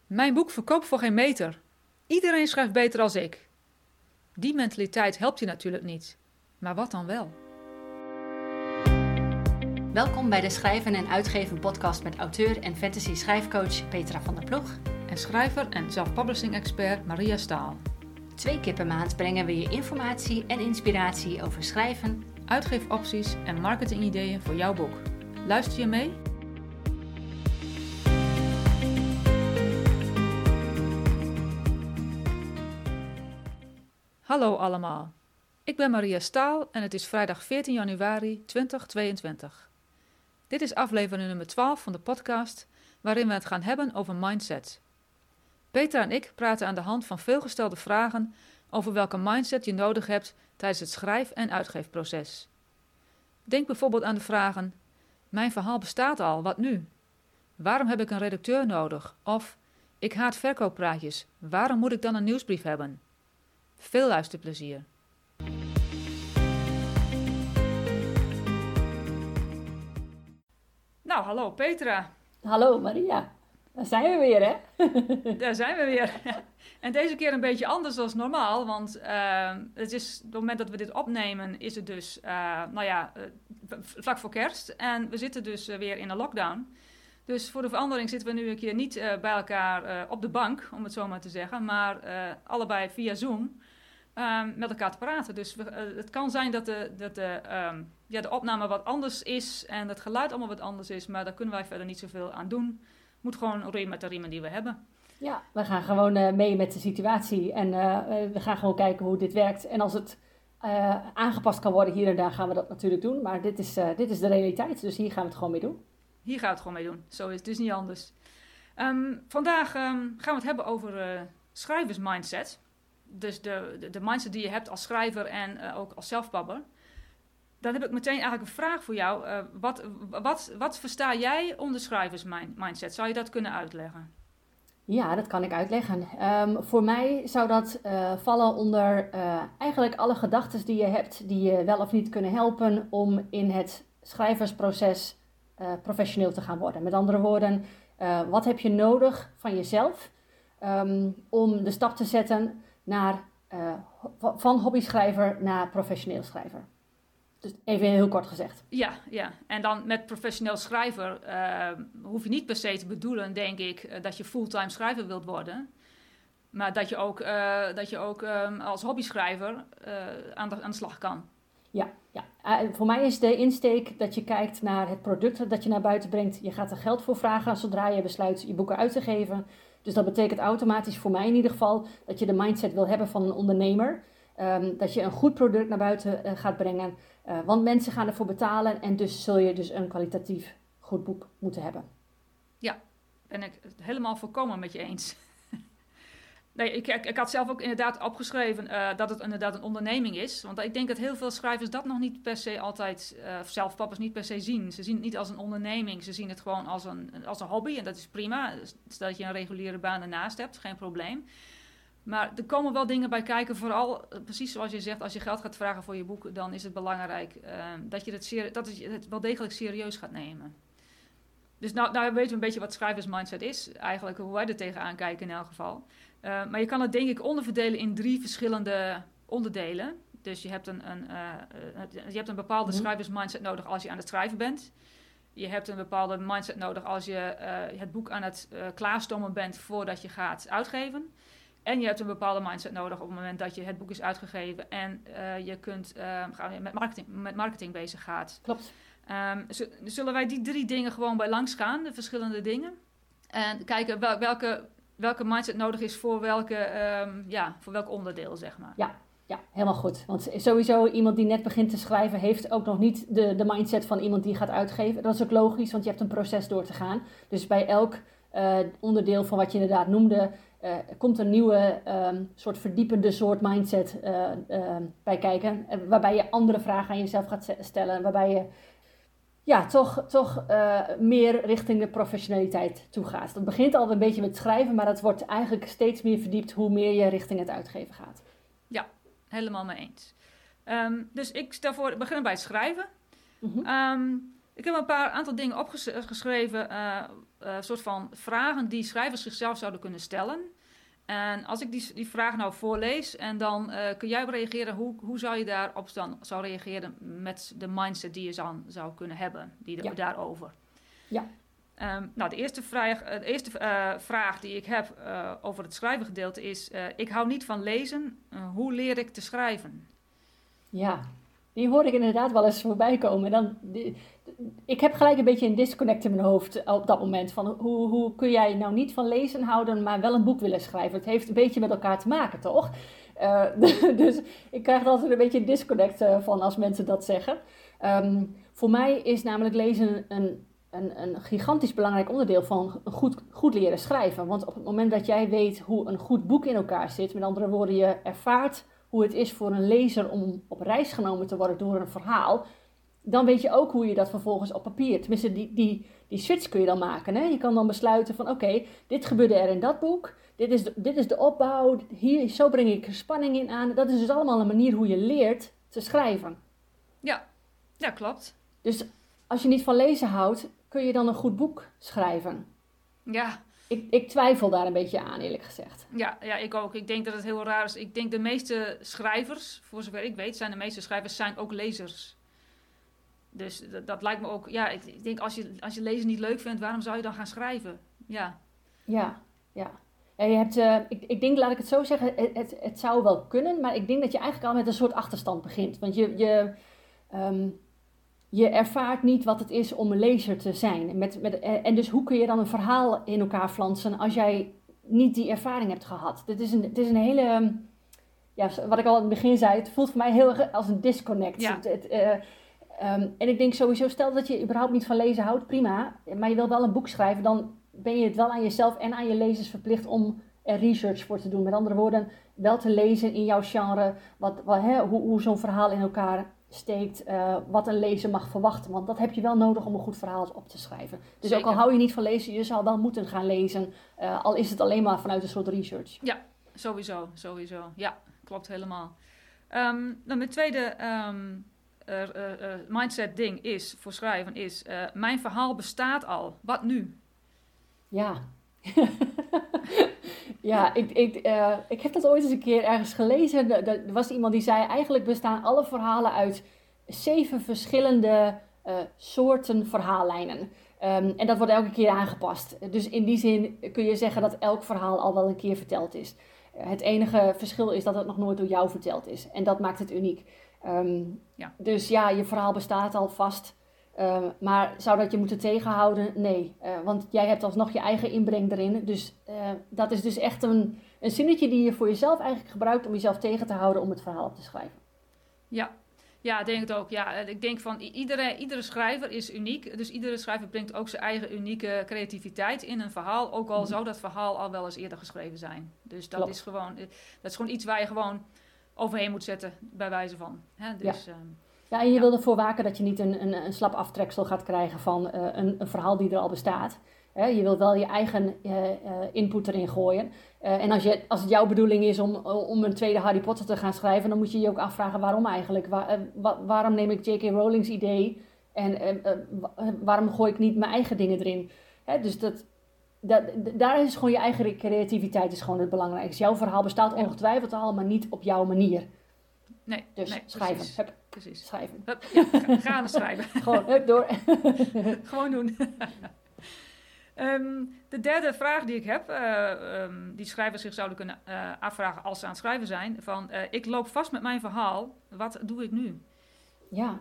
Mijn boek verkoopt voor geen meter. Iedereen schrijft beter als ik. Die mentaliteit helpt je natuurlijk niet. Maar wat dan wel? Welkom bij de Schrijven en Uitgeven podcast met auteur en fantasy schrijfcoach Petra van der Ploeg. En schrijver en self-publishing expert Maria Staal. 2 keer per maand brengen we je informatie en inspiratie over schrijven, uitgeefopties en marketingideeën voor jouw boek. Luister je mee? Hallo allemaal. Ik ben Maria Staal en het is vrijdag 14 januari 2022. Dit is aflevering nummer 12 van de podcast waarin we het gaan hebben over mindset. Petra en ik praten aan de hand van veelgestelde vragen over welke mindset je nodig hebt tijdens het schrijf- en uitgeefproces. Denk bijvoorbeeld aan de vragen: mijn verhaal bestaat al, wat nu? Waarom heb ik een redacteur nodig? Of: ik haat verkooppraatjes, waarom moet ik dan een nieuwsbrief hebben? Veel luisterplezier. Nou, hallo Petra. Hallo Maria, daar zijn we weer hè? Daar zijn we weer. En deze keer een beetje anders dan normaal, want het is, op het moment dat we dit opnemen is het dus vlak voor kerst. En we zitten dus weer in een lockdown. Dus voor de verandering zitten we nu een keer niet bij elkaar op de bank, om het zo maar te zeggen, maar allebei via Zoom met elkaar te praten. Dus het kan zijn dat de opname wat anders is en het geluid allemaal wat anders is, maar daar kunnen wij verder niet zoveel aan doen. Moet gewoon roeien met de riemen die we hebben. Ja, we gaan gewoon mee met de situatie en we gaan gewoon kijken hoe dit werkt. En als het aangepast kan worden hier en daar gaan we dat natuurlijk doen. Maar dit is de realiteit, dus hier gaan we het gewoon mee doen. Hier gaan we het gewoon mee doen. Zo is het dus niet anders. Vandaag gaan we het hebben over schrijversmindset. Dus de mindset die je hebt als schrijver en ook als self-pubber. Dan heb ik meteen eigenlijk een vraag voor jou. Wat versta jij onder schrijversmindset? Zou je dat kunnen uitleggen? Ja, dat kan ik uitleggen. Voor mij zou dat vallen onder eigenlijk alle gedachten die je hebt, die je wel of niet kunnen helpen om in het schrijversproces professioneel te gaan worden. Met andere woorden, wat heb je nodig van jezelf om de stap te zetten naar, van hobbyschrijver naar professioneel schrijver? Dus even heel kort gezegd. Ja. En dan met professioneel schrijver hoef je niet per se te bedoelen, denk ik, dat je fulltime schrijver wilt worden. Maar dat je ook als hobbyschrijver aan de slag kan. Ja. Voor mij is de insteek dat je kijkt naar het product dat je naar buiten brengt. Je gaat er geld voor vragen zodra je besluit je boeken uit te geven. Dus dat betekent automatisch voor mij in ieder geval dat je de mindset wil hebben van een ondernemer. Dat je een goed product naar buiten gaat brengen. Want mensen gaan ervoor betalen en dus zul je dus een kwalitatief goed boek moeten hebben. Ja, ben ik het helemaal volkomen met je eens. Nee, ik had zelf ook inderdaad opgeschreven dat het inderdaad een onderneming is. Want ik denk dat heel veel schrijvers dat nog niet per se altijd, zelfpappers niet per se zien. Ze zien het niet als een onderneming, ze zien het gewoon als een hobby en dat is prima. Stel dat je een reguliere baan ernaast hebt, geen probleem. Maar er komen wel dingen bij kijken, vooral precies zoals je zegt, als je geld gaat vragen voor je boek, dan is het belangrijk dat je het wel degelijk serieus gaat nemen. Dus nou weten we een beetje wat schrijversmindset is, eigenlijk hoe wij er tegenaan kijken in elk geval. Maar je kan het denk ik onderverdelen in 3 verschillende onderdelen. Dus je hebt een bepaalde schrijversmindset nodig als je aan het schrijven bent. Je hebt een bepaalde mindset nodig als je het boek aan het klaarstomen bent voordat je gaat uitgeven. En je hebt een bepaalde mindset nodig op het moment dat je het boek is uitgegeven en je kunt met marketing bezig gaat. Klopt. Zullen wij die 3 dingen gewoon bij langs gaan, de verschillende dingen? En kijken welke mindset nodig is voor welk onderdeel, zeg maar. Ja, helemaal goed. Want sowieso iemand die net begint te schrijven heeft ook nog niet de mindset van iemand die gaat uitgeven. Dat is ook logisch, want je hebt een proces door te gaan. Dus bij elk onderdeel van wat je inderdaad noemde, komt een nieuwe soort verdiepende soort mindset bij kijken. Waarbij je andere vragen aan jezelf gaat stellen. Waarbij je toch meer richting de professionaliteit toe gaat. Dat begint al een beetje met schrijven, maar dat wordt eigenlijk steeds meer verdiept hoe meer je richting het uitgeven gaat. Ja, helemaal mee eens. Dus ik stel voor, we beginnen bij het schrijven. Mm-hmm. Ik heb een aantal dingen opgeschreven, soort van vragen die schrijvers zichzelf zouden kunnen stellen. En als ik die vraag nou voorlees en dan kun jij reageren, hoe zou je daarop dan zou reageren met de mindset die je zou kunnen hebben, daarover. Ja. Nou, de eerste vraag die ik heb over het schrijvengedeelte is, ik hou niet van lezen, hoe leer ik te schrijven? Ja, die hoor ik inderdaad wel eens voorbij komen. Ik heb gelijk een beetje een disconnect in mijn hoofd op dat moment. Van hoe kun jij nou niet van lezen houden, maar wel een boek willen schrijven? Het heeft een beetje met elkaar te maken, toch? Dus ik krijg er altijd een beetje een disconnect van als mensen dat zeggen. Voor mij is namelijk lezen een gigantisch belangrijk onderdeel van goed leren schrijven. Want op het moment dat jij weet hoe een goed boek in elkaar zit, met andere woorden, je ervaart hoe het is voor een lezer om op reis genomen te worden door een verhaal, dan weet je ook hoe je dat vervolgens op papier, tenminste die switch kun je dan maken. Hè? Je kan dan besluiten van oké, dit gebeurde er in dat boek, dit is de opbouw, zo breng ik er spanning in aan. Dat is dus allemaal een manier hoe je leert te schrijven. Ja, klopt. Dus als je niet van lezen houdt, kun je dan een goed boek schrijven? Ja. Ik twijfel daar een beetje aan, eerlijk gezegd. Ja, ik ook. Ik denk dat het heel raar is. Ik denk de meeste schrijvers, voor zover ik weet, zijn ook lezers. Dus dat lijkt me ook... Ja, ik denk als je lezen niet leuk vindt, waarom zou je dan gaan schrijven? Ja. Ja. En je hebt, ik denk, laat ik het zo zeggen, het zou wel kunnen, maar ik denk dat je eigenlijk al met een soort achterstand begint. Want je ervaart niet wat het is om een lezer te zijn. En dus hoe kun je dan een verhaal in elkaar flansen als jij niet die ervaring hebt gehad? Het is een hele... Ja, wat ik al in het begin zei, het voelt voor mij heel erg als een disconnect. Ja. En ik denk sowieso, stel dat je überhaupt niet van lezen houdt, prima. Maar je wil wel een boek schrijven, dan ben je het wel aan jezelf en aan je lezers verplicht om er research voor te doen. Met andere woorden, wel te lezen in jouw genre, hoe zo'n verhaal in elkaar steekt, wat een lezer mag verwachten. Want dat heb je wel nodig om een goed verhaal op te schrijven. Dus zeker. Ook al hou je niet van lezen, je zal wel moeten gaan lezen. Al is het alleen maar vanuit een soort research. Ja, sowieso. Ja, klopt helemaal. Mijn tweede mindset ding is, voor schrijven is, mijn verhaal bestaat al. Wat nu? Ja. Ja, ik heb dat ooit eens een keer ergens gelezen. Er was iemand die zei, eigenlijk bestaan alle verhalen uit 7 verschillende soorten verhaallijnen. En dat wordt elke keer aangepast. Dus in die zin kun je zeggen dat elk verhaal al wel een keer verteld is. Het enige verschil is dat het nog nooit door jou verteld is. En dat maakt het uniek. Dus ja, je verhaal bestaat al vast. Maar zou dat je moeten tegenhouden? Nee, want jij hebt alsnog je eigen inbreng erin. Dus dat is dus echt een zinnetje die je voor jezelf eigenlijk gebruikt om jezelf tegen te houden om het verhaal op te schrijven. Ja, ik denk het ook. Ja, ik denk van iedere schrijver is uniek. Dus iedere schrijver brengt ook zijn eigen unieke creativiteit in een verhaal. Ook al zou dat verhaal al wel eens eerder geschreven zijn. Dus dat is gewoon iets waar je gewoon overheen moet zetten, bij wijze van. Hè? Dus, ja, en je wil ervoor waken dat je niet een slap aftreksel gaat krijgen van een verhaal die er al bestaat. Je wilt wel je eigen input erin gooien. En als het jouw bedoeling is om een tweede Harry Potter te gaan schrijven, dan moet je je ook afvragen waarom eigenlijk. Waarom neem ik J.K. Rowling's idee en waarom gooi ik niet mijn eigen dingen erin? Dus daar is gewoon je eigen creativiteit is gewoon het belangrijkste. Jouw verhaal bestaat ongetwijfeld al, maar niet op jouw manier. Nee, schrijven. Precies. Schrijven. Hup, ga aan het schrijven. Gewoon, door. Gewoon doen. De derde vraag die ik heb, die schrijvers zich zouden kunnen afvragen als ze aan het schrijven zijn, van ik loop vast met mijn verhaal, wat doe ik nu? Ja,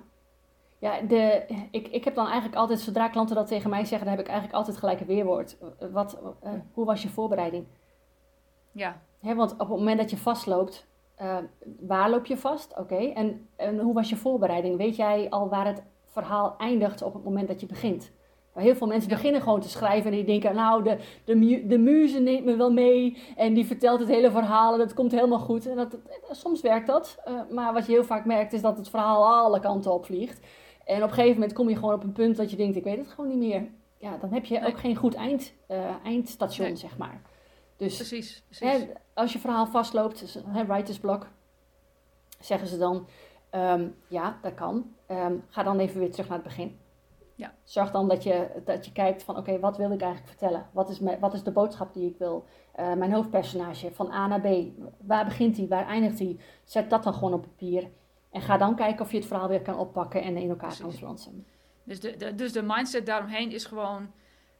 ik heb dan eigenlijk altijd, zodra klanten dat tegen mij zeggen, dan heb ik eigenlijk altijd gelijk een weerwoord. Hoe was je voorbereiding? Ja. Want op het moment dat je vastloopt, waar loop je vast? Oké. En hoe was je voorbereiding? Weet jij al waar het verhaal eindigt op het moment dat je begint? Heel veel mensen beginnen gewoon te schrijven en die denken, nou, de muze neemt me wel mee en die vertelt het hele verhaal en dat komt helemaal goed. En soms werkt dat, maar wat je heel vaak merkt is dat het verhaal alle kanten opvliegt. En op een gegeven moment kom je gewoon op een punt dat je denkt, ik weet het gewoon niet meer. Ja, dan heb je ook geen goed eindstation, zeg maar. Dus precies. Als je verhaal vastloopt, dus, writer's block, zeggen ze dan, ja, dat kan. Ga dan even weer terug naar het begin. Ja. Zorg dan dat je kijkt van oké, wat wil ik eigenlijk vertellen? Wat is de boodschap die ik wil? Mijn hoofdpersonage van A naar B. Waar begint hij? Waar eindigt hij? Zet dat dan gewoon op papier. En ga dan kijken of je het verhaal weer kan oppakken en in elkaar kan flansen. Dus de mindset daaromheen is gewoon...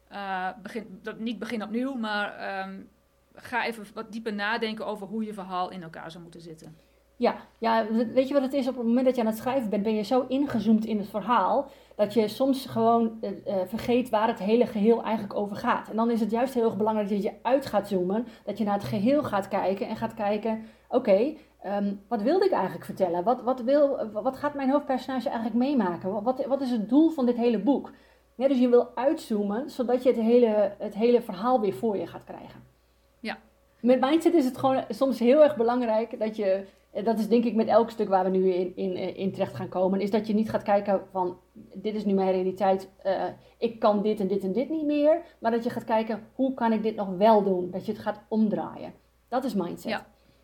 niet begin opnieuw, maar ga even wat dieper nadenken over hoe je verhaal in elkaar zou moeten zitten. Ja, weet je wat het is? Op het moment dat je aan het schrijven bent, ben je zo ingezoomd in het verhaal, dat je soms gewoon vergeet waar het hele geheel eigenlijk over gaat. En dan is het juist heel erg belangrijk dat je uit gaat zoomen, dat je naar het geheel gaat kijken en gaat kijken, oké, wat wilde ik eigenlijk vertellen? Wat gaat mijn hoofdpersonage eigenlijk meemaken? Wat is het doel van dit hele boek? Ja, dus je wil uitzoomen, zodat je het hele verhaal weer voor je gaat krijgen. Ja. Met mindset is het gewoon soms heel erg belangrijk dat je... Dat is denk ik met elk stuk waar we nu in terecht gaan komen. Is dat je niet gaat kijken van, dit is nu mijn realiteit. Ik kan dit en dit en dit niet meer. Maar dat je gaat kijken, hoe kan ik dit nog wel doen? Dat je het gaat omdraaien. Dat is mindset.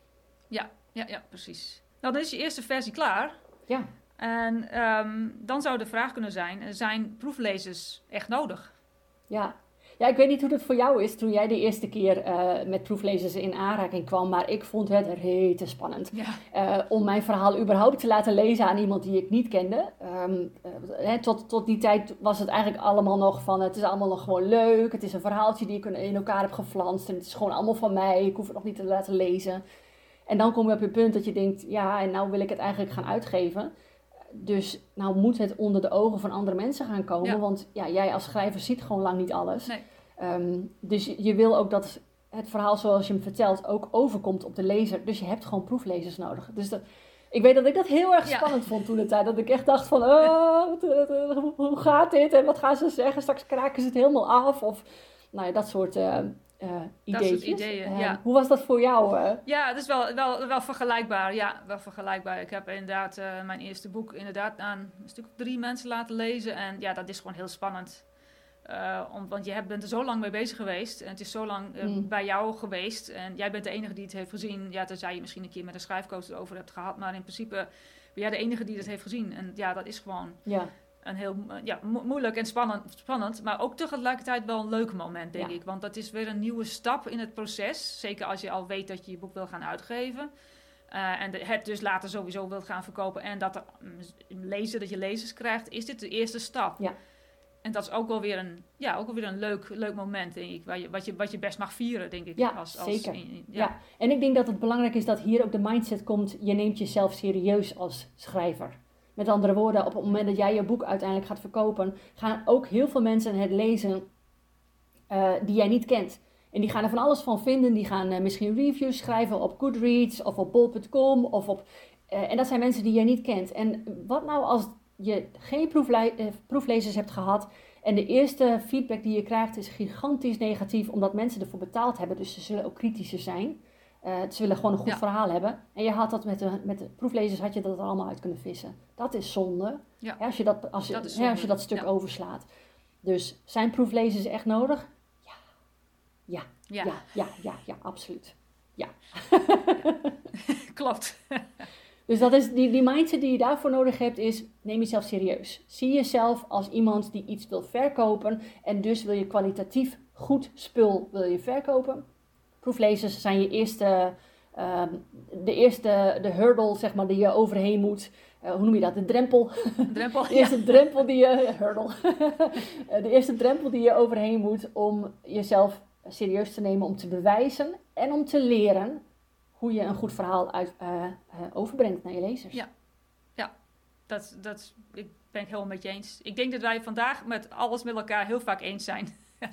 Ja, precies. Nou, dan is je eerste versie klaar. Ja. En dan zou de vraag kunnen zijn proeflezers echt nodig? Ja, ik weet niet hoe dat voor jou is toen jij de eerste keer met proeflezers in aanraking kwam, maar ik vond het rete spannend. Ja. Om mijn verhaal überhaupt te laten lezen aan iemand die ik niet kende. Tot die tijd was het eigenlijk allemaal nog van, het is allemaal nog gewoon leuk. Het is een verhaaltje die ik in elkaar heb geflanst en het is gewoon allemaal van mij. Ik hoef het nog niet te laten lezen. En dan kom je op je punt dat je denkt, ja, en nou wil ik het eigenlijk gaan uitgeven. Dus nou moet het onder de ogen van andere mensen gaan komen. Ja. Want ja, jij als schrijver ziet gewoon lang niet alles. Nee. Dus je wil ook dat het verhaal zoals je hem vertelt ook overkomt op de lezer. Dus je hebt gewoon proeflezers nodig. Dus ik weet dat ik dat heel erg spannend vond toen de tijd. Dat ik echt dacht van, hoe gaat dit? En wat gaan ze zeggen? Straks kraken ze het helemaal af. Of nou ja, dat soort ideeën. Hoe was dat voor jou? Ja, het is wel vergelijkbaar. Ja, wel vergelijkbaar. Ik heb inderdaad mijn eerste boek aan een stuk of 3 mensen laten lezen. En ja, dat is gewoon heel spannend. Want je bent er zo lang mee bezig geweest. En het is zo lang bij jou geweest. En jij bent de enige die het heeft gezien. Ja, tenzij je misschien een keer met een schrijfcoach erover hebt gehad. Maar in principe ben jij de enige die het heeft gezien. En ja, dat is gewoon... Ja. Een heel moeilijk en spannend, maar ook tegelijkertijd wel een leuk moment, denk ik. Want dat is weer een nieuwe stap in het proces. Zeker als je al weet dat je je boek wil gaan uitgeven. En het dus later sowieso wilt gaan verkopen. En dat je lezers krijgt, is dit de eerste stap. Ja. En dat is ook wel weer een leuk moment, denk ik. Wat je best mag vieren, denk ik. Ja, zeker. Ja. En ik denk dat het belangrijk is dat hier ook de mindset komt. Je neemt jezelf serieus als schrijver. Met andere woorden, op het moment dat jij je boek uiteindelijk gaat verkopen, gaan ook heel veel mensen het lezen die jij niet kent. En die gaan er van alles van vinden. Die gaan misschien reviews schrijven op Goodreads of op bol.com. En dat zijn mensen die jij niet kent. En wat nou als je geen proeflezers hebt gehad en de eerste feedback die je krijgt is gigantisch negatief, omdat mensen ervoor betaald hebben. Dus ze zullen ook kritischer zijn. Ze willen gewoon een goed verhaal hebben. En je had dat met de proeflezers had je dat er allemaal uit kunnen vissen. Dat is zonde. Ja. Als je dat stuk overslaat. Dus zijn proeflezers echt nodig? Ja, absoluut. Ja. Klopt. Dus dat is die mindset die je daarvoor nodig hebt is, neem jezelf serieus. Zie jezelf als iemand die iets wil verkopen. En dus wil je kwalitatief goed spul wil je verkopen. Proeflezers zijn je de hurdle, zeg maar, die je overheen moet. Hoe noem je dat? De drempel. De eerste drempel die je... Hurdle. De eerste drempel die je overheen moet om jezelf serieus te nemen, om te bewijzen en om te leren hoe je een goed verhaal overbrengt naar je lezers. Ja. Ik ben het helemaal met je eens. Ik denk dat wij vandaag met alles met elkaar heel vaak eens zijn.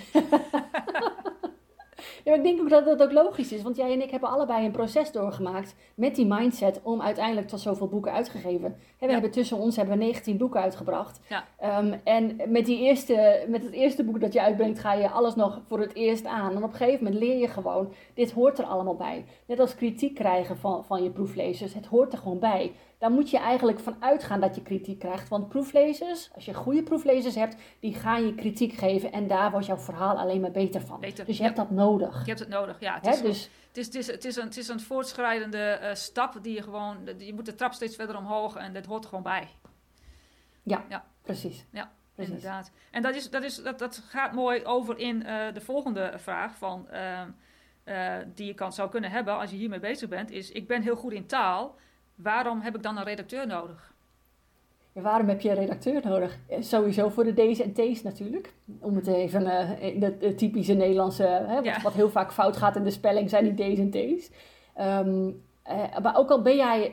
Ja, ik denk ook dat dat ook logisch is, want jij en ik hebben allebei een proces doorgemaakt met die mindset om uiteindelijk tot zoveel boeken uitgegeven. We hebben tussen ons 19 boeken uitgebracht. Ja. En met het eerste boek dat je uitbrengt ga je alles nog voor het eerst aan. En op een gegeven moment leer je gewoon, dit hoort er allemaal bij. Net als kritiek krijgen van je proeflezers, het hoort er gewoon bij. Daar moet je eigenlijk van uitgaan dat je kritiek krijgt. Want proeflezers, als je goede proeflezers hebt, die gaan je kritiek geven. En daar wordt jouw verhaal alleen maar beter van. Dus je hebt dat nodig. Je hebt het nodig, ja. Het is een voortschrijdende stap die je gewoon... Je moet de trap steeds verder omhoog en dat hoort er gewoon bij. Ja, precies. Ja. Precies. Inderdaad. En dat gaat mooi over in de volgende vraag van, die je zou kunnen hebben als je hiermee bezig bent, is: ik ben heel goed in taal, waarom heb ik dan een redacteur nodig? Ja, waarom heb je een redacteur nodig? Sowieso voor de D's en T's natuurlijk. Om het even in de typische Nederlandse, wat heel vaak fout gaat in de spelling, zijn die D's en T's. Maar ook al ben jij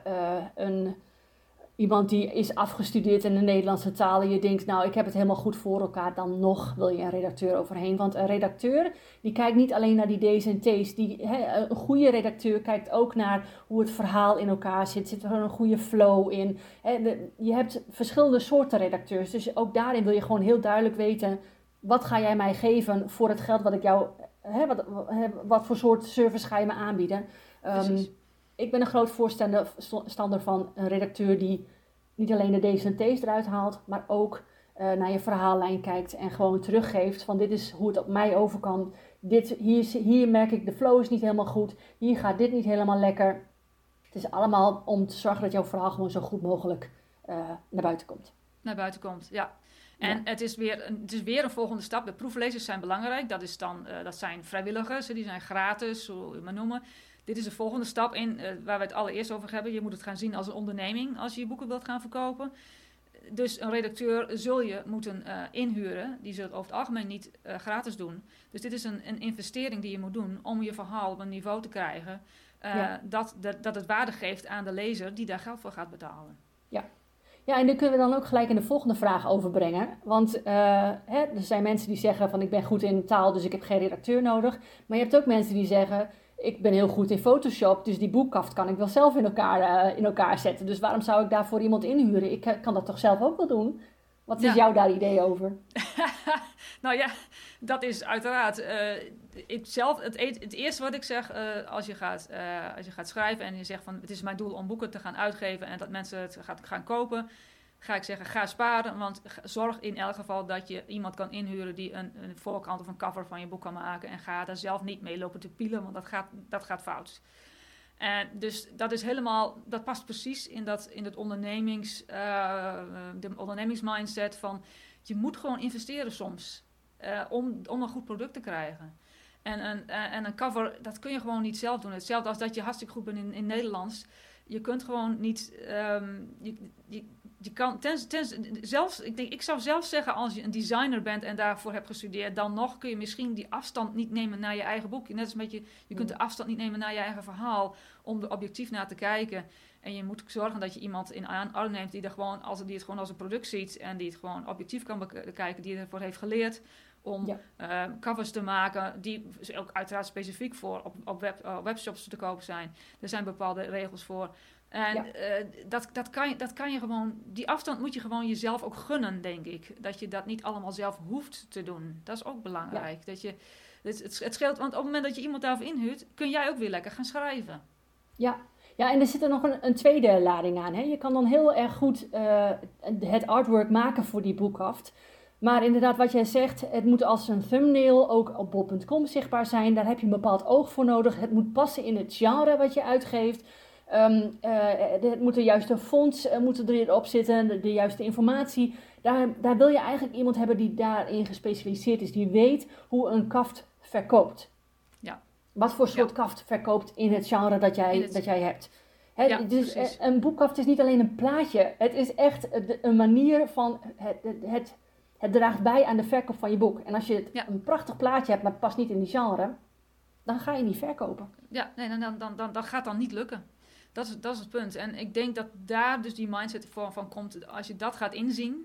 iemand die is afgestudeerd in de Nederlandse taal en je denkt, nou, ik heb het helemaal goed voor elkaar, dan nog wil je een redacteur overheen. Want een redacteur, die kijkt niet alleen naar die D's en T's. Een goede redacteur kijkt ook naar hoe het verhaal in elkaar zit. Zit er een goede flow in? Je hebt verschillende soorten redacteurs. Dus ook daarin wil je gewoon heel duidelijk weten, wat ga jij mij geven voor het geld wat ik jou... wat voor soort service ga je me aanbieden? Ik ben een groot voorstander van een redacteur die niet alleen de D's en T's eruit haalt, maar ook naar je verhaallijn kijkt en gewoon teruggeeft van dit is hoe het op mij overkwam. Hier merk ik de flow is niet helemaal goed, hier gaat dit niet helemaal lekker. Het is allemaal om te zorgen dat jouw verhaal gewoon zo goed mogelijk naar buiten komt. Naar buiten komt, ja. En het is weer een volgende stap. De proeflezers zijn belangrijk. Dat zijn vrijwilligers, die zijn gratis, hoe je maar noemen. Dit is de volgende stap waar we het allereerst over hebben. Je moet het gaan zien als een onderneming als je je boeken wilt gaan verkopen. Dus een redacteur zul je moeten inhuren. Die zult over het algemeen niet gratis doen. Dus dit is een investering die je moet doen om je verhaal op een niveau te krijgen. Dat het waarde geeft aan de lezer die daar geld voor gaat betalen. Ja, en daar kunnen we dan ook gelijk in de volgende vraag overbrengen. Want er zijn mensen die zeggen van ik ben goed in taal, dus ik heb geen redacteur nodig. Maar je hebt ook mensen die zeggen ik ben heel goed in Photoshop, dus die boekkaft kan ik wel zelf in elkaar zetten. Dus waarom zou ik daarvoor iemand inhuren? Ik kan dat toch zelf ook wel doen? Wat is jouw daar idee over? Nou ja, dat is uiteraard. Het eerste wat ik zeg als je gaat schrijven en je zegt van het is mijn doel om boeken te gaan uitgeven en dat mensen het gaan kopen, ga ik zeggen ga sparen, want zorg in elk geval dat je iemand kan inhuren die een voorkant of een cover van je boek kan maken en ga daar zelf niet mee lopen te pielen, want dat gaat fout. En dus dat past precies in het de ondernemingsmindset van je moet gewoon investeren soms om een goed product te krijgen. En een cover, dat kun je gewoon niet zelf doen. Hetzelfde als dat je hartstikke goed bent in Nederlands. Je kunt gewoon niet... je kan zelfs, ik zou zelf zeggen, als je een designer bent en daarvoor hebt gestudeerd, dan nog kun je misschien die afstand niet nemen naar je eigen boek. Net als met je kunt de afstand niet nemen naar je eigen verhaal om er objectief naar te kijken. En je moet zorgen dat je iemand in arm neemt die het gewoon als een product ziet en die het gewoon objectief kan bekijken, die ervoor heeft geleerd om covers te maken, die ook uiteraard specifiek voor op webshops te koop zijn. Er zijn bepaalde regels voor. En dat kan je gewoon, die afstand moet je gewoon jezelf ook gunnen, denk ik. Dat je dat niet allemaal zelf hoeft te doen. Dat is ook belangrijk. Ja. Het scheelt, want op het moment dat je iemand daarvoor inhuurt, kun jij ook weer lekker gaan schrijven. Ja, en er zit er nog een tweede lading aan. Hè? Je kan dan heel erg goed het artwork maken voor die boekkaft. Maar inderdaad, wat jij zegt, het moet als een thumbnail ook op bol.com zichtbaar zijn. Daar heb je een bepaald oog voor nodig. Het moet passen in het genre wat je uitgeeft. Het moet de juiste fonts moeten erop zitten, de juiste informatie. Daar wil je eigenlijk iemand hebben die daarin gespecialiseerd is. Die weet hoe een kaft verkoopt. Ja. Wat voor soort kaft verkoopt in het genre dat jij hebt. Dus een boekkaft is niet alleen een plaatje. Het is echt een manier van... Het draagt bij aan de verkoop van je boek. En als je een prachtig plaatje hebt, maar het past niet in die genre, dan ga je niet verkopen. Ja, nee, dan gaat dan niet lukken. Dat is het punt. En ik denk dat daar dus die mindset van komt. Als je dat gaat inzien,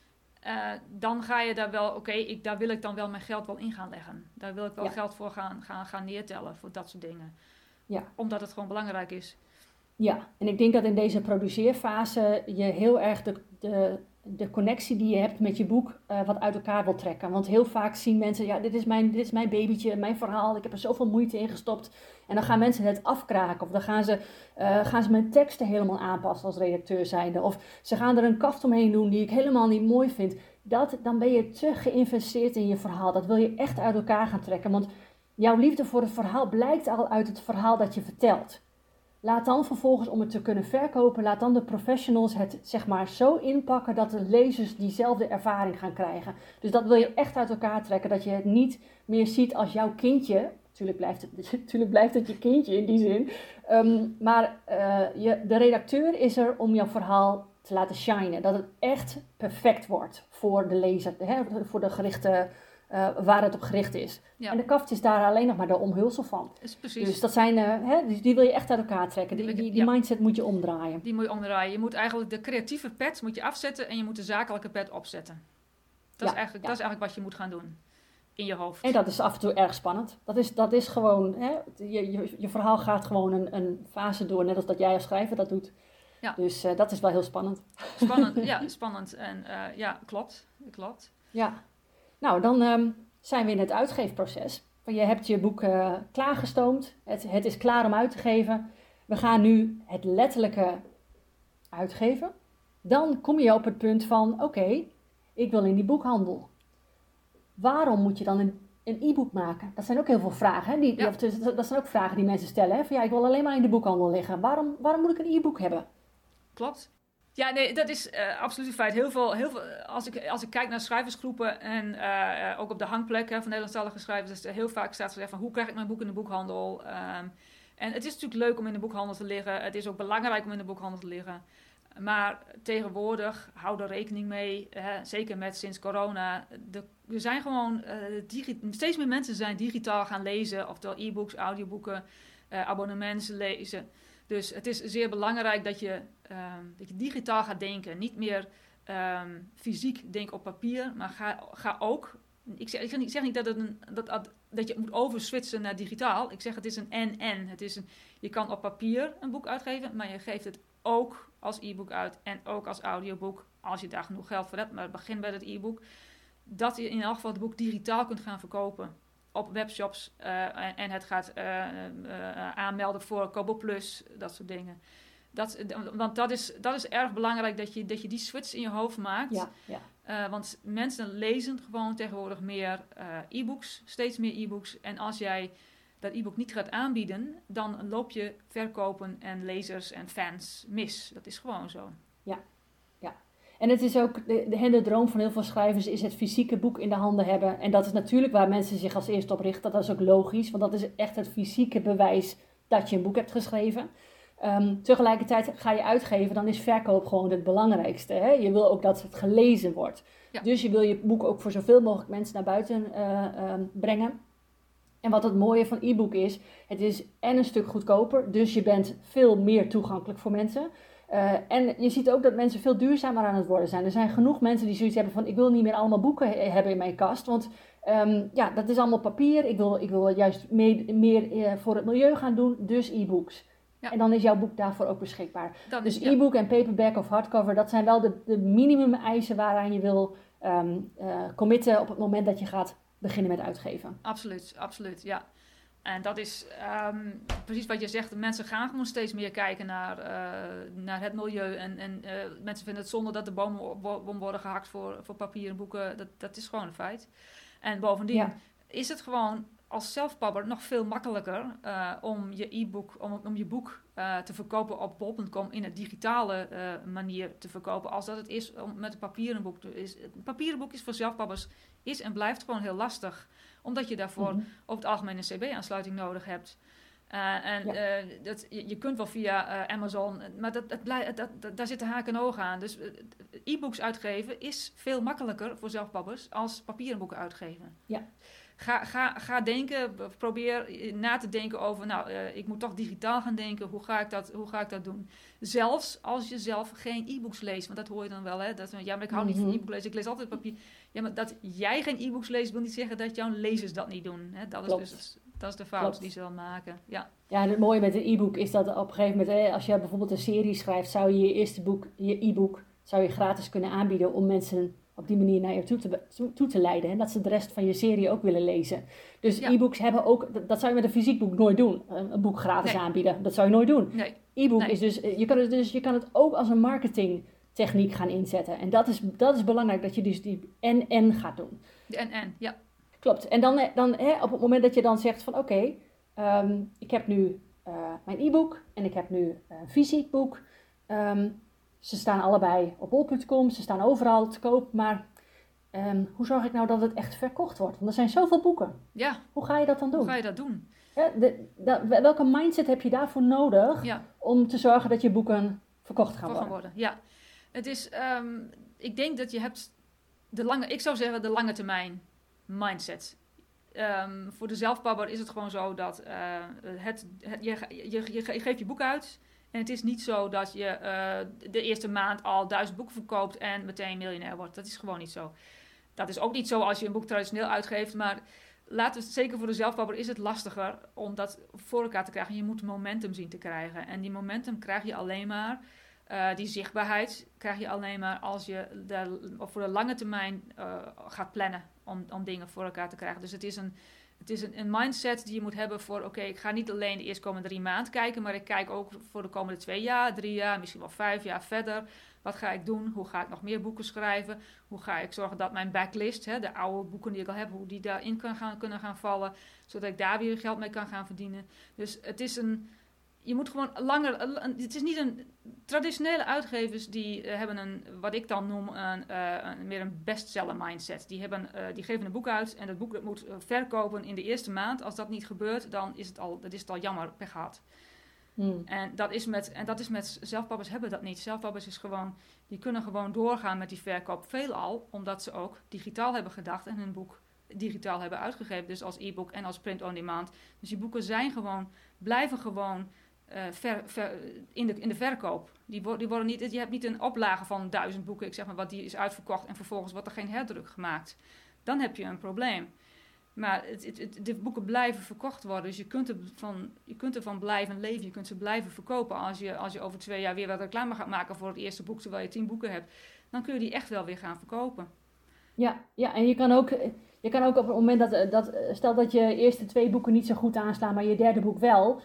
dan ga je daar wel... daar wil ik dan wel mijn geld wel in gaan leggen. Daar wil ik wel geld voor gaan neertellen, voor dat soort dingen. Ja. Omdat het gewoon belangrijk is. Ja, en ik denk dat in deze produceerfase je heel erg de connectie die je hebt met je boek wat uit elkaar wil trekken. Want heel vaak zien mensen, dit is mijn babytje, mijn verhaal, ik heb er zoveel moeite in gestopt. En dan gaan mensen het afkraken. Of dan gaan ze mijn teksten helemaal aanpassen als redacteur zijnde. Of ze gaan er een kaft omheen doen die ik helemaal niet mooi vind. Dan ben je te geïnvesteerd in je verhaal. Dat wil je echt uit elkaar gaan trekken. Want jouw liefde voor het verhaal blijkt al uit het verhaal dat je vertelt. laat dan vervolgens, om het te kunnen verkopen, laat dan de professionals het zeg maar zo inpakken dat de lezers diezelfde ervaring gaan krijgen. Dus dat wil je echt uit elkaar trekken, dat je het niet meer ziet als jouw kindje. Natuurlijk blijft het je kindje in die zin. Maar de redacteur is er om jouw verhaal te laten shinen. Dat het echt perfect wordt voor de lezer, voor de gerichte, waar het op gericht is. Ja. En de kaft is daar alleen nog maar de omhulsel van. Is precies. Dus dat zijn, dus die wil je echt uit elkaar trekken. Die mindset moet je omdraaien. Die moet je omdraaien. Je moet eigenlijk de creatieve pet moet je afzetten en je moet de zakelijke pet opzetten. Dat is eigenlijk wat je moet gaan doen. In je hoofd. En dat is af en toe erg spannend. Dat is gewoon, je verhaal gaat gewoon een fase door, net als dat jij als schrijver dat doet. Ja. Dus dat is wel heel spannend. Spannend. En klopt. Ja. Nou, dan zijn we in het uitgeefproces. Je hebt je boek klaargestoomd. Het is klaar om uit te geven. We gaan nu het letterlijke uitgeven. Dan kom je op het punt van, oké, ik wil in die boekhandel. Waarom moet je dan een e-book maken? Dat zijn ook heel veel vragen. Dat zijn ook vragen die mensen stellen. Hè? Van, ik wil alleen maar in de boekhandel liggen. Waarom moet ik een e-book hebben? Klopt. Ja, nee, dat is absoluut een feit. Heel veel, als ik kijk naar schrijversgroepen en ook op de hangplekken van Nederlandstalige schrijvers, is heel vaak staat er van, hoe krijg ik mijn boek in de boekhandel? En het is natuurlijk leuk om in de boekhandel te liggen. Het is ook belangrijk om in de boekhandel te liggen. Maar tegenwoordig, hou er rekening mee, zeker met sinds corona. Er zijn gewoon steeds meer mensen zijn digitaal gaan lezen, oftewel e-books, audioboeken, abonnementen lezen. Dus het is zeer belangrijk dat je digitaal gaat denken. Niet meer fysiek denk op papier, maar ga ook. Ik zeg niet dat je moet overswitchen naar digitaal. Ik zeg het is een en-en. Je kan op papier een boek uitgeven, maar je geeft het ook als e-book uit en ook als audioboek, als je daar genoeg geld voor hebt. Maar begin bij het e-book. Dat je in elk geval het boek digitaal kunt gaan verkopen op webshops en het gaat aanmelden voor Kobo Plus, dat soort dingen. Want dat is erg belangrijk dat je die switch in je hoofd maakt. Ja. Want mensen lezen gewoon tegenwoordig meer e-books, steeds meer e-books. En als jij dat e-book niet gaat aanbieden, dan loop je verkopen en lezers en fans mis. Dat is gewoon zo. Ja. En het is ook, de droom van heel veel schrijvers is het fysieke boek in de handen hebben. En dat is natuurlijk waar mensen zich als eerste op richten. Dat is ook logisch, want dat is echt het fysieke bewijs dat je een boek hebt geschreven. Tegelijkertijd ga je uitgeven, dan is verkoop gewoon het belangrijkste. Hè? Je wil ook dat het gelezen wordt. Ja. Dus je wil je boek ook voor zoveel mogelijk mensen naar buiten brengen. En wat het mooie van e-book is, het is en een stuk goedkoper, dus je bent veel meer toegankelijk voor mensen. En je ziet ook dat mensen veel duurzamer aan het worden zijn. Er zijn genoeg mensen die zoiets hebben van, ik wil niet meer allemaal boeken hebben in mijn kast, want dat is allemaal papier. Ik wil juist meer voor het milieu gaan doen, dus e-books. Ja. En dan is jouw boek daarvoor ook beschikbaar. Dus e-book en paperback of hardcover, dat zijn wel de minimum eisen waaraan je wil committen op het moment dat je gaat beginnen met uitgeven. Absoluut, ja. En dat is precies wat je zegt. Mensen gaan gewoon steeds meer kijken naar het milieu. En mensen vinden het zonde dat de bomen worden gehakt voor papieren boeken. Dat is gewoon een feit. En bovendien is het gewoon als self-pubber nog veel makkelijker om je e-book, om je boek te verkopen op bol.com in een digitale manier te verkopen, als dat het is om met een papieren boek. Een papieren boek is voor self-pubbers is en blijft gewoon heel lastig, omdat je daarvoor over het algemeen een CB-aansluiting nodig hebt. Je kunt wel via Amazon, maar daar zitten haken en ogen aan. Dus e-books uitgeven is veel makkelijker voor self-pubbers als papieren boeken uitgeven. Ja. Ga denken, probeer na te denken over, ik moet toch digitaal gaan denken, hoe ga ik dat doen? Zelfs als je zelf geen e-books leest, want dat hoor je dan wel, hè? Maar ik hou niet van e-book lezen, ik lees altijd papier. Ja, maar dat jij geen e-books leest, wil niet zeggen dat jouw lezers dat niet doen. Hè? Dat is de fout die ze dan maken. Ja, het mooie met een e-book is dat op een gegeven moment, als je bijvoorbeeld een serie schrijft, zou je je eerste boek, je e-book, zou je gratis kunnen aanbieden om mensen op die manier naar je toe te leiden. En dat ze de rest van je serie ook willen lezen. Dus e-books hebben ook, dat zou je met een fysiek boek nooit doen. Een boek gratis aanbieden, dat zou je nooit doen. Nee. E-book is dus, je kan het ook als een marketingtechniek gaan inzetten. En dat is belangrijk, dat je dus die en gaat doen. De en, ja. Klopt. En dan op het moment dat je dan zegt van oké, ik heb nu mijn e-book en ik heb nu een fysiek boek. Ze staan allebei op bol.com, ze staan overal te koop, maar hoe zorg ik nou dat het echt verkocht wordt? Want er zijn zoveel boeken. Ja. Hoe ga je dat dan doen? Hoe ga je dat doen? Ja, welke mindset heb je daarvoor nodig om te zorgen dat je boeken verkocht gaan worden? Ja, het is, ik denk dat je hebt ik zou zeggen de lange termijn mindset. Voor de zelfpubber is het gewoon zo dat je geeft je boek uit. En het is niet zo dat je de eerste maand al 1000 boeken verkoopt en meteen miljonair wordt. Dat is gewoon niet zo. Dat is ook niet zo als je een boek traditioneel uitgeeft. Maar zeker voor de zelfpubber is het lastiger om dat voor elkaar te krijgen. Je moet momentum zien te krijgen. En die momentum krijg je alleen maar, die zichtbaarheid krijg je alleen maar als je voor de lange termijn gaat plannen om dingen voor elkaar te krijgen. Dus het is een mindset die je moet hebben voor, oké, ik ga niet alleen de eerstkomende 3 maanden kijken, maar ik kijk ook voor de komende 2 jaar, 3 jaar, misschien wel 5 jaar verder. Wat ga ik doen? Hoe ga ik nog meer boeken schrijven? Hoe ga ik zorgen dat mijn backlist, de oude boeken die ik al heb, hoe die daarin kunnen gaan vallen, zodat ik daar weer geld mee kan gaan verdienen. Dus het is je moet gewoon het is niet een traditionele uitgevers die hebben wat ik dan noem meer een bestseller mindset. Die geven een boek uit en dat boek dat moet verkopen in de eerste maand. Als dat niet gebeurt, dan is het al jammer, pech gehad. En dat is met zelfpubbers hebben dat niet. Zelfpubbers is gewoon, die kunnen gewoon doorgaan met die verkoop veelal, omdat ze ook digitaal hebben gedacht en hun boek digitaal hebben uitgegeven. Dus als e-book en als print on demand. Dus die boeken blijven gewoon in de verkoop. Die worden niet, je hebt niet een oplage van 1000 boeken, ik zeg maar wat, die is uitverkocht en vervolgens wordt er geen herdruk gemaakt. Dan heb je een probleem. Maar de boeken blijven verkocht worden. Dus je kunt ervan blijven leven. Je kunt ze blijven verkopen. Als je over 2 jaar weer wat reclame gaat maken voor het eerste boek, terwijl je 10 boeken hebt, dan kun je die echt wel weer gaan verkopen. Ja, en je kan ook op het moment dat stel dat je eerste 2 boeken niet zo goed aanslaan, maar je derde boek wel.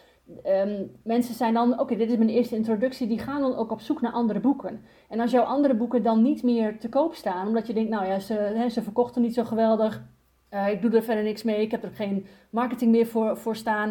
Mensen zijn dan, oké, dit is mijn eerste introductie, die gaan dan ook op zoek naar andere boeken. En als jouw andere boeken dan niet meer te koop staan, omdat je denkt, nou ja, ze verkochten niet zo geweldig, ik doe er verder niks mee, ik heb er geen marketing meer voor staan.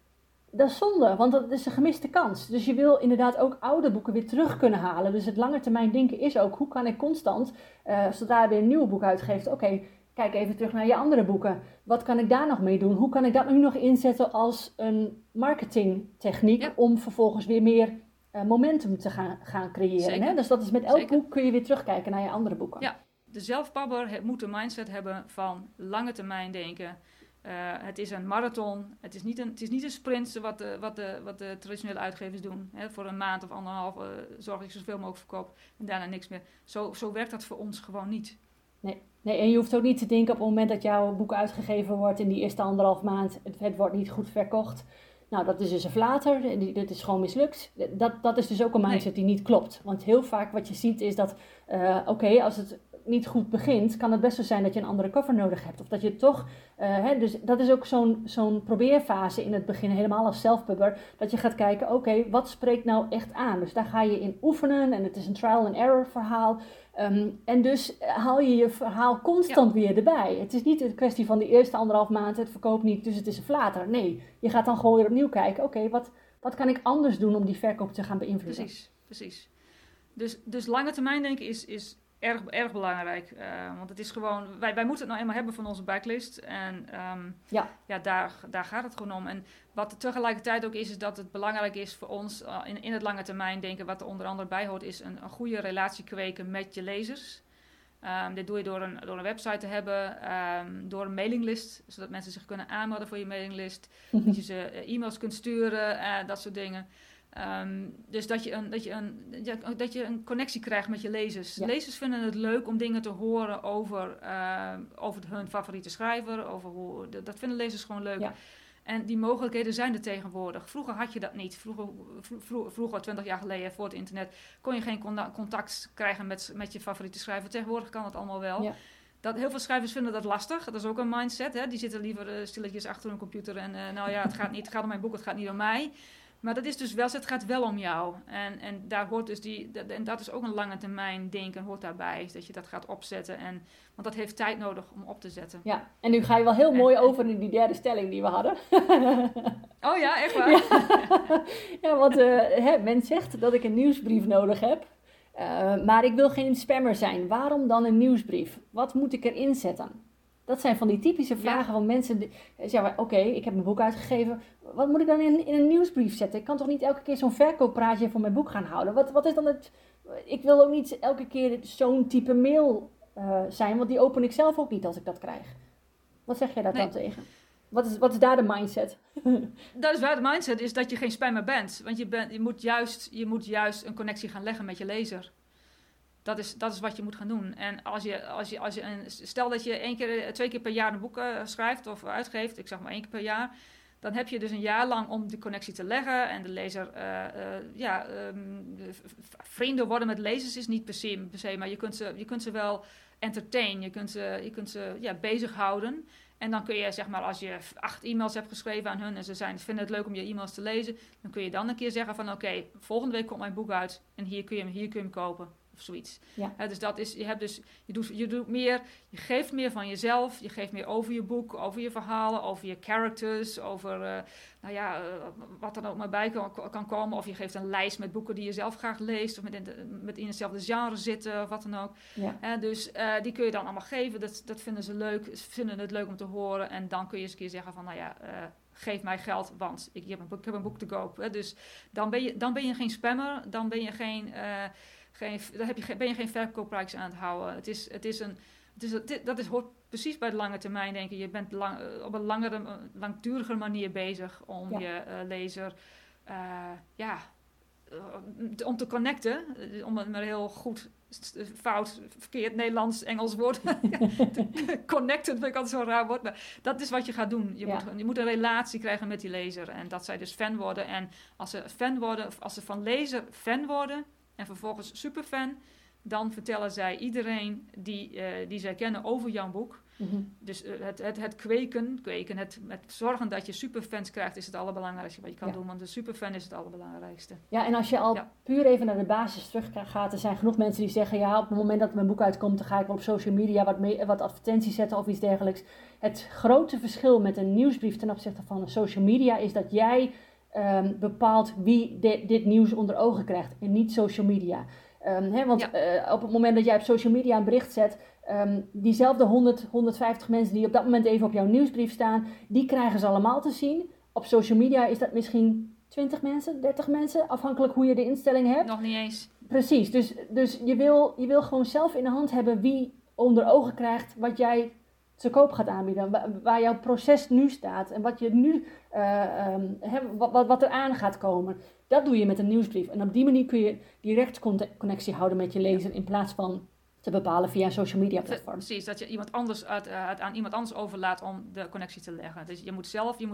Dat is zonde, want dat is een gemiste kans. Dus je wil inderdaad ook oude boeken weer terug kunnen halen. Dus het langetermijn denken is ook, hoe kan ik constant, zodra je weer een nieuw boek uitgeeft, oké, kijk even terug naar je andere boeken. Wat kan ik daar nog mee doen? Hoe kan ik dat nu nog inzetten als een marketingtechniek om vervolgens weer meer momentum te gaan creëren? Hè? Dus dat is met elk boek kun je weer terugkijken naar je andere boeken. Ja, de zelfpubber moet een mindset hebben van lange termijn denken. Het is een marathon. Het is niet een sprint wat de traditionele uitgevers doen. Hè? Voor een maand of 1,5 zorg ik zoveel mogelijk verkoop en daarna niks meer. Zo werkt dat voor ons gewoon niet. Nee, en je hoeft ook niet te denken op het moment dat jouw boek uitgegeven wordt in die eerste 1,5 maand, het wordt niet goed verkocht. Nou, dat is dus een flater, dit is gewoon mislukt. Dat is dus ook een mindset die niet klopt. Want heel vaak wat je ziet is dat, als het niet goed begint, kan het best zo zijn dat je een andere cover nodig hebt. Of dat je toch, dus dat is ook zo'n probeerfase in het begin, helemaal als zelfpubber, dat je gaat kijken, oké, wat spreekt nou echt aan? Dus daar ga je in oefenen en het is een trial and error verhaal. En dus haal je verhaal constant weer erbij. Het is niet een kwestie van de eerste 1,5 maand, het verkoopt niet, dus het is een flater. Nee, je gaat dan gewoon weer opnieuw kijken, oké, wat kan ik anders doen om die verkoop te gaan beïnvloeden? Precies. Dus lange termijn denken is erg belangrijk. Want het is gewoon, wij moeten het nou eenmaal hebben van onze backlist. En daar gaat het gewoon om. En wat er tegelijkertijd ook is dat het belangrijk is voor ons in het lange termijn denken, wat er onder andere bij hoort, is een goede relatie kweken met je lezers. Dit doe je door een website te hebben, door een mailinglist, zodat mensen zich kunnen aanmelden voor je mailinglist. Dat je ze e-mails kunt sturen, dat soort dingen. Dus dat je een connectie krijgt met je lezers. Ja. Lezers vinden het leuk om dingen te horen over hun favoriete schrijver. Dat vinden lezers gewoon leuk. Ja. En die mogelijkheden zijn er tegenwoordig. Vroeger had je dat niet. Vroeger 20 jaar geleden, voor het internet, kon je geen contact krijgen met je favoriete schrijver. Tegenwoordig kan dat allemaal wel. Ja. Heel veel schrijvers vinden dat lastig. Dat is ook een mindset. Hè? Die zitten liever stilletjes achter hun computer. En het gaat om mijn boek, het gaat niet om mij. Maar dat is dus wel, het gaat wel om jou. En daar hoort dus en dat is ook een lange termijn denken hoort daarbij. Dat je dat gaat opzetten. Want dat heeft tijd nodig om op te zetten. Ja, en nu ga je wel heel mooi over in die derde stelling die we hadden. Oh ja, echt waar? Ja, want men zegt dat ik een nieuwsbrief nodig heb. Maar ik wil geen spammer zijn. Waarom dan een nieuwsbrief? Wat moet ik erin zetten? Dat zijn van die typische vragen van mensen die zeggen, oké, ik heb mijn boek uitgegeven. Wat moet ik dan in een nieuwsbrief zetten? Ik kan toch niet elke keer zo'n verkooppraatje voor mijn boek gaan houden? Wat is dan het... Ik wil ook niet elke keer zo'n type mail zijn, want die open ik zelf ook niet als ik dat krijg. Wat zeg jij daar dan tegen? Wat is daar de mindset? Dat is waar de mindset is dat je geen spammer bent. Want je moet juist een connectie gaan leggen met je lezer. Dat is wat je moet gaan doen. En stel dat je 2 keer per jaar een boek schrijft of uitgeeft, ik zeg maar 1 keer per jaar, dan heb je dus een jaar lang om die connectie te leggen. En de lezer, vrienden worden met lezers is niet per se, maar je kunt ze wel entertainen. Je kunt ze bezighouden. En dan kun je, zeg maar, als je 8 e-mails hebt geschreven aan hun en ze vinden het leuk om je e-mails te lezen, dan kun je dan een keer zeggen van oké, volgende week komt mijn boek uit en hier kun je hem kopen. Of zoiets. Ja. Dus dat is, je doet meer, je geeft meer van jezelf, je geeft meer over je boek, over je verhalen, over je characters, over wat er ook maar bij kan komen. Of je geeft een lijst met boeken die je zelf graag leest, of met in hetzelfde genre zitten, of wat dan ook. Ja. Dus die kun je dan allemaal geven, dat vinden ze leuk, ze vinden het leuk om te horen. En dan kun je eens een keer zeggen van, geef mij geld, want ik heb een boek te koop. Dus dan ben je geen spammer, dan ben je ben je geen verkooppraatjes aan het houden. Dat hoort precies bij de lange termijn denken. Je bent op een langdurige manier bezig om je lezer om te connecten. Om het maar heel goed, verkeerd Nederlands, Engels woord. Connecten, vind ik altijd zo'n raar woord. Maar dat is wat je gaat doen. Je moet een relatie krijgen met die lezer. En dat zij dus fan worden. En als ze fan worden, of als ze van lezer fan worden en vervolgens superfan, dan vertellen zij iedereen die zij kennen over jouw boek. Mm-hmm. Dus het kweken, het zorgen dat je superfans krijgt, is het allerbelangrijkste wat je kan doen. Want de superfan is het allerbelangrijkste. Ja, en als je al puur even naar de basis terug gaat, er zijn genoeg mensen die zeggen, op het moment dat mijn boek uitkomt, dan ga ik wel op social media wat advertenties zetten of iets dergelijks. Het grote verschil met een nieuwsbrief ten opzichte van een social media is dat jij bepaalt wie dit nieuws onder ogen krijgt en niet social media. Op het moment dat jij op social media een bericht zet, diezelfde 150 mensen die op dat moment even op jouw nieuwsbrief staan, die krijgen ze allemaal te zien. Op social media is dat misschien 20 mensen, 30 mensen, afhankelijk hoe je de instelling hebt. Nog niet eens. Precies, dus je wil gewoon zelf in de hand hebben wie onder ogen krijgt wat jij te koop gaat aanbieden, waar jouw proces nu staat en wat je nu, wat er aan gaat komen. Dat doe je met een nieuwsbrief. En op die manier kun je direct connectie houden met je lezer in plaats van te bepalen via een social media platform. Precies, dat je iemand anders aan iemand anders overlaat om de connectie te leggen. Dus je moet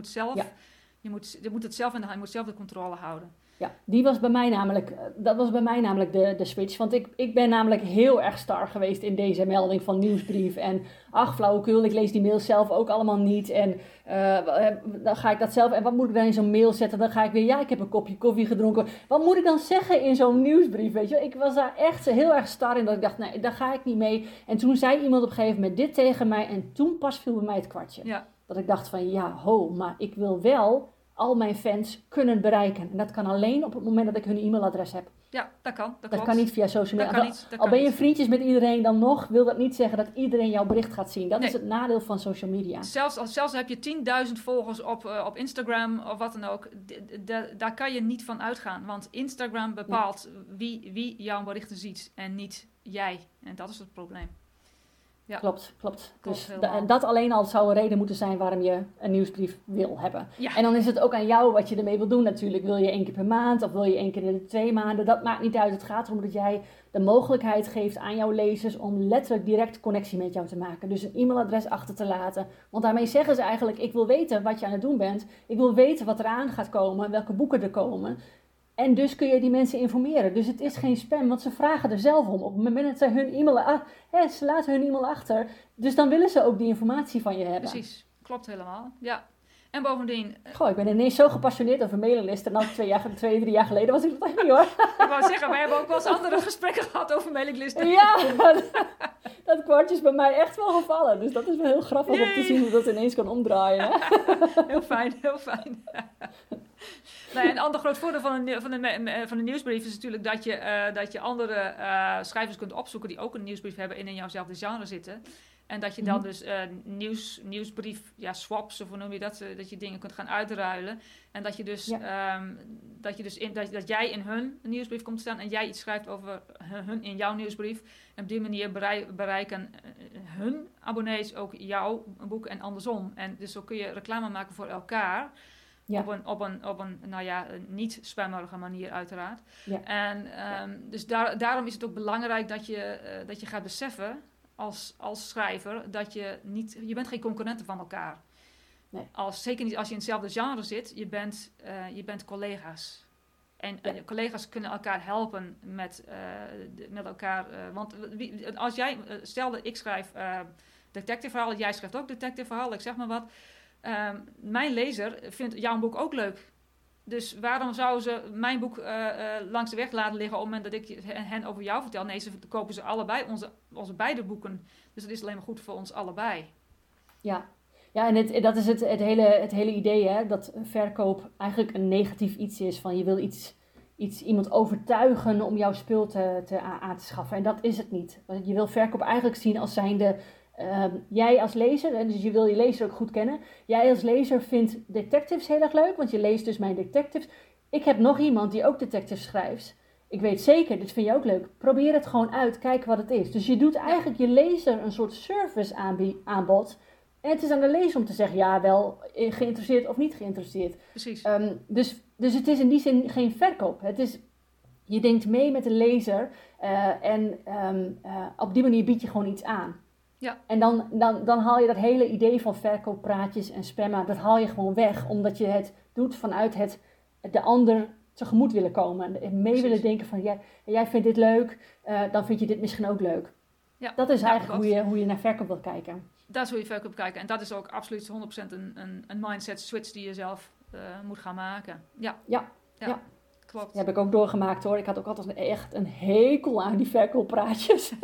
het zelf in de hand, je moet zelf de controle houden. Ja, dat was bij mij namelijk de switch. Want ik ben namelijk heel erg star geweest in deze melding van nieuwsbrief. En flauwekul, ik lees die mails zelf ook allemaal niet. En dan ga ik dat zelf. En wat moet ik dan in zo'n mail zetten? Dan ga ik weer, ik heb een kopje koffie gedronken. Wat moet ik dan zeggen in zo'n nieuwsbrief? Weet je? Ik was daar echt heel erg star in. Dat ik dacht, nee, daar ga ik niet mee. En toen zei iemand op een gegeven moment dit tegen mij. En toen pas viel bij mij het kwartje. Ja. Dat ik dacht van, maar ik wil wel al mijn fans kunnen bereiken. En dat kan alleen op het moment dat ik hun e-mailadres heb. Ja, dat kan. Dat kan niet via social media. Al ben je vriendjes met iedereen dan nog, wil dat niet zeggen dat iedereen jouw bericht gaat zien. Dat is het nadeel van social media. Zelfs heb je 10.000 volgers op Instagram of wat dan ook. Daar kan je niet van uitgaan. Want Instagram bepaalt wie jouw berichten ziet en niet jij. En dat is het probleem. Ja. Klopt. Dus dat alleen al zou een reden moeten zijn waarom je een nieuwsbrief wil hebben. Ja. En dan is het ook aan jou wat je ermee wil doen natuurlijk. Wil je 1 keer per maand of wil je 1 keer in de 2 maanden? Dat maakt niet uit. Het gaat erom dat jij de mogelijkheid geeft aan jouw lezers om letterlijk direct connectie met jou te maken. Dus een e-mailadres achter te laten. Want daarmee zeggen ze eigenlijk, ik wil weten wat je aan het doen bent. Ik wil weten wat eraan gaat komen, welke boeken er komen. En dus kun je die mensen informeren. Dus het is geen spam, want ze vragen er zelf om. Op het moment dat ze hun e-mail ze laten hun e-mail achter. Dus dan willen ze ook die informatie van je hebben. Precies, klopt helemaal. Ja. En bovendien... Goh, ik ben ineens zo gepassioneerd over mailinglisten. Nou, 3 jaar geleden was ik dat echt niet, hoor. Ik wou zeggen, wij hebben ook wel eens andere gesprekken gehad over mailinglisten. Ja, dat kwartje is bij mij echt wel gevallen. Dus dat is wel heel grappig om te zien hoe dat ineens kan omdraaien. Hè? Heel fijn, heel fijn. Nou, een ander groot voordeel van een nieuwsbrief is natuurlijk dat je andere schrijvers kunt opzoeken die ook een nieuwsbrief hebben en in jouwzelfde genre zitten. En dat je dan dus nieuwsbrief, swaps, of hoe noem je dat, dat je dingen kunt gaan uitruilen. En dat je dus, dat jij in hun nieuwsbrief komt te staan en jij iets schrijft over hun in jouw nieuwsbrief. En op die manier bereiken hun abonnees ook jouw boek en andersom. En dus zo kun je reclame maken voor elkaar. Ja. Op een niet spammerige manier uiteraard. Ja. En dus daarom is het ook belangrijk dat je gaat beseffen als schrijver dat je bent geen concurrenten van elkaar. Nee. Zeker niet als je in hetzelfde genre zit. Je bent collega's. En collega's kunnen elkaar helpen met elkaar. Want als jij, stel dat ik schrijf detective verhalen, jij schrijft ook detective verhalen, ik zeg maar wat. Mijn lezer vindt jouw boek ook leuk. Dus waarom zouden ze mijn boek langs de weg laten liggen op het moment dat ik hen over jou vertel? Nee, ze kopen ze allebei, onze beide boeken. Dus dat is alleen maar goed voor ons allebei. Ja, en dat is het hele idee, hè, dat verkoop eigenlijk een negatief iets is. Van je wil iemand overtuigen om jouw spul aan te schaffen. En dat is het niet. Je wil verkoop eigenlijk zien als zijnde... jij als lezer, dus je wil je lezer ook goed kennen. Jij als lezer vindt detectives heel erg leuk, want je leest dus mijn detectives. Ik heb nog iemand die ook detectives schrijft. Ik weet zeker, dit vind je ook leuk. Probeer het gewoon uit, kijk wat het is. Dus je doet eigenlijk je lezer een soort service aanbod. En het is aan de lezer om te zeggen, ja, wel geïnteresseerd of niet geïnteresseerd. Precies. Dus het is in die zin geen verkoop. Je denkt mee met de lezer en op die manier bied je gewoon iets aan. Ja. En dan haal je dat hele idee van verkooppraatjes en spammen, dat haal je gewoon weg. Omdat je het doet vanuit de ander tegemoet willen komen. En mee willen denken van, jij vindt dit leuk, dan vind je dit misschien ook leuk. Ja. Dat is eigenlijk hoe je naar verkoop wil kijken. Dat is hoe je verkoop kijkt. En dat is ook absoluut 100% een mindset switch die je zelf moet gaan maken. Ja. Klopt. Dat heb ik ook doorgemaakt, hoor. Ik had ook altijd echt een hekel aan die verkooppraatjes.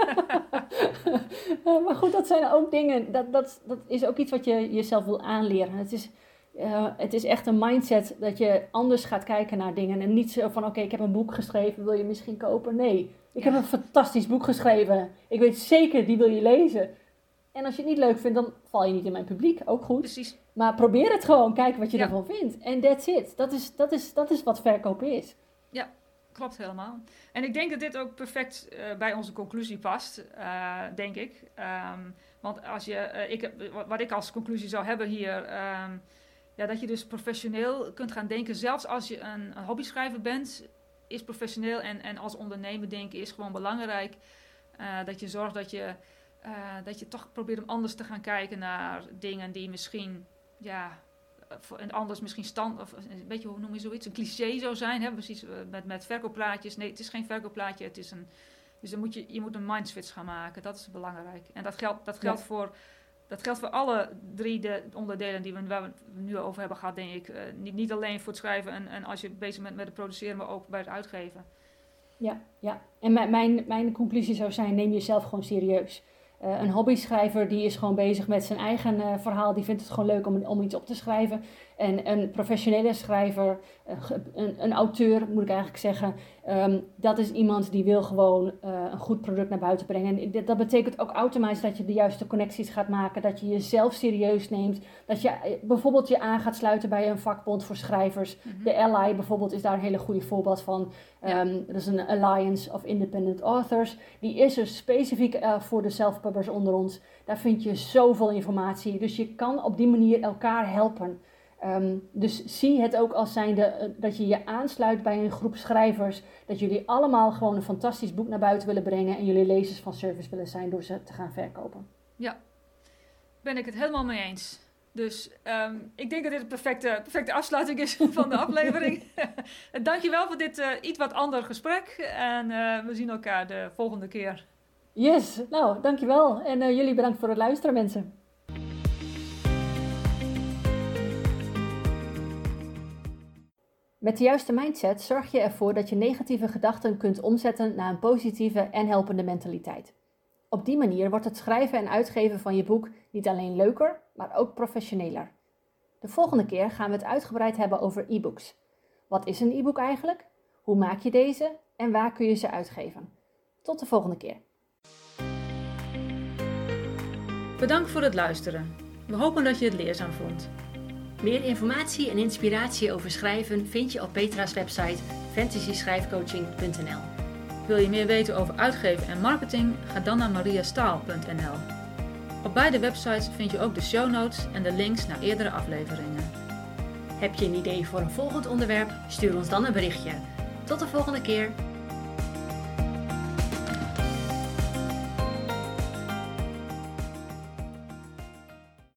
Maar goed, dat zijn ook dingen, dat is ook iets wat je jezelf wil aanleren. Het is echt een mindset dat je anders gaat kijken naar dingen. En niet zo van, oké, ik heb een boek geschreven, wil je misschien kopen? Nee, ik heb een fantastisch boek geschreven. Ik weet zeker, die wil je lezen. En als je het niet leuk vindt, dan val je niet in mijn publiek. Ook goed. Precies. Maar probeer het gewoon. Kijk wat je ervan vindt. En that's it. Dat is wat verkoop is. Ja, klopt helemaal. En ik denk dat dit ook perfect bij onze conclusie past. Denk ik. Want wat ik als conclusie zou hebben hier... dat je dus professioneel kunt gaan denken. Zelfs als je een hobbyschrijver bent... is professioneel en als ondernemer denken is gewoon belangrijk. Dat je zorgt dat je toch probeert om anders te gaan kijken naar dingen die misschien, en anders misschien of een beetje, hoe noem je zoiets, een cliché zou zijn, hè? Precies met verkoopplaatjes. Nee, het is geen verkoopplaatje, het is dus dan je moet een mindswitch gaan maken, dat is belangrijk. En dat geldt voor alle 3 de onderdelen waar we nu over hebben gehad, denk ik. Niet alleen voor het schrijven en als je bezig bent met het produceren, maar ook bij het uitgeven. Ja. En mijn conclusie zou zijn, neem jezelf gewoon serieus. Een hobbyschrijver die is gewoon bezig met zijn eigen verhaal. Die vindt het gewoon leuk om iets op te schrijven. En een professionele schrijver, een auteur moet ik eigenlijk zeggen. Dat is iemand die wil gewoon een goed product naar buiten brengen. En dat betekent ook automatisch dat je de juiste connecties gaat maken. Dat je jezelf serieus neemt. Dat je bijvoorbeeld je aan gaat sluiten bij een vakbond voor schrijvers. Mm-hmm. De Ally bijvoorbeeld is daar een hele goede voorbeeld van. Dat is een Alliance of Independent Authors. Die is er specifiek voor de self-pubbers onder ons. Daar vind je zoveel informatie. Dus je kan op die manier elkaar helpen. Dus zie het ook als zijnde dat je je aansluit bij een groep schrijvers. Dat jullie allemaal gewoon een fantastisch boek naar buiten willen brengen. En jullie lezers van service willen zijn door ze te gaan verkopen. Ja, ben ik het helemaal mee eens. Dus ik denk dat dit een perfecte afsluiting is van de aflevering. Dankjewel voor dit iets wat ander gesprek. En we zien elkaar de volgende keer. Yes, nou dankjewel. En jullie bedankt voor het luisteren, mensen. Met de juiste mindset zorg je ervoor dat je negatieve gedachten kunt omzetten naar een positieve en helpende mentaliteit. Op die manier wordt het schrijven en uitgeven van je boek niet alleen leuker, maar ook professioneler. De volgende keer gaan we het uitgebreid hebben over e-books. Wat is een e-book eigenlijk? Hoe maak je deze? En waar kun je ze uitgeven? Tot de volgende keer. Bedankt voor het luisteren. We hopen dat je het leerzaam vond. Meer informatie en inspiratie over schrijven vind je op Petra's website fantasyschrijfcoaching.nl. Wil je meer weten over uitgeven en marketing? Ga dan naar mariastaal.nl. Op beide websites vind je ook de show notes en de links naar eerdere afleveringen. Heb je een idee voor een volgend onderwerp? Stuur ons dan een berichtje. Tot de volgende keer!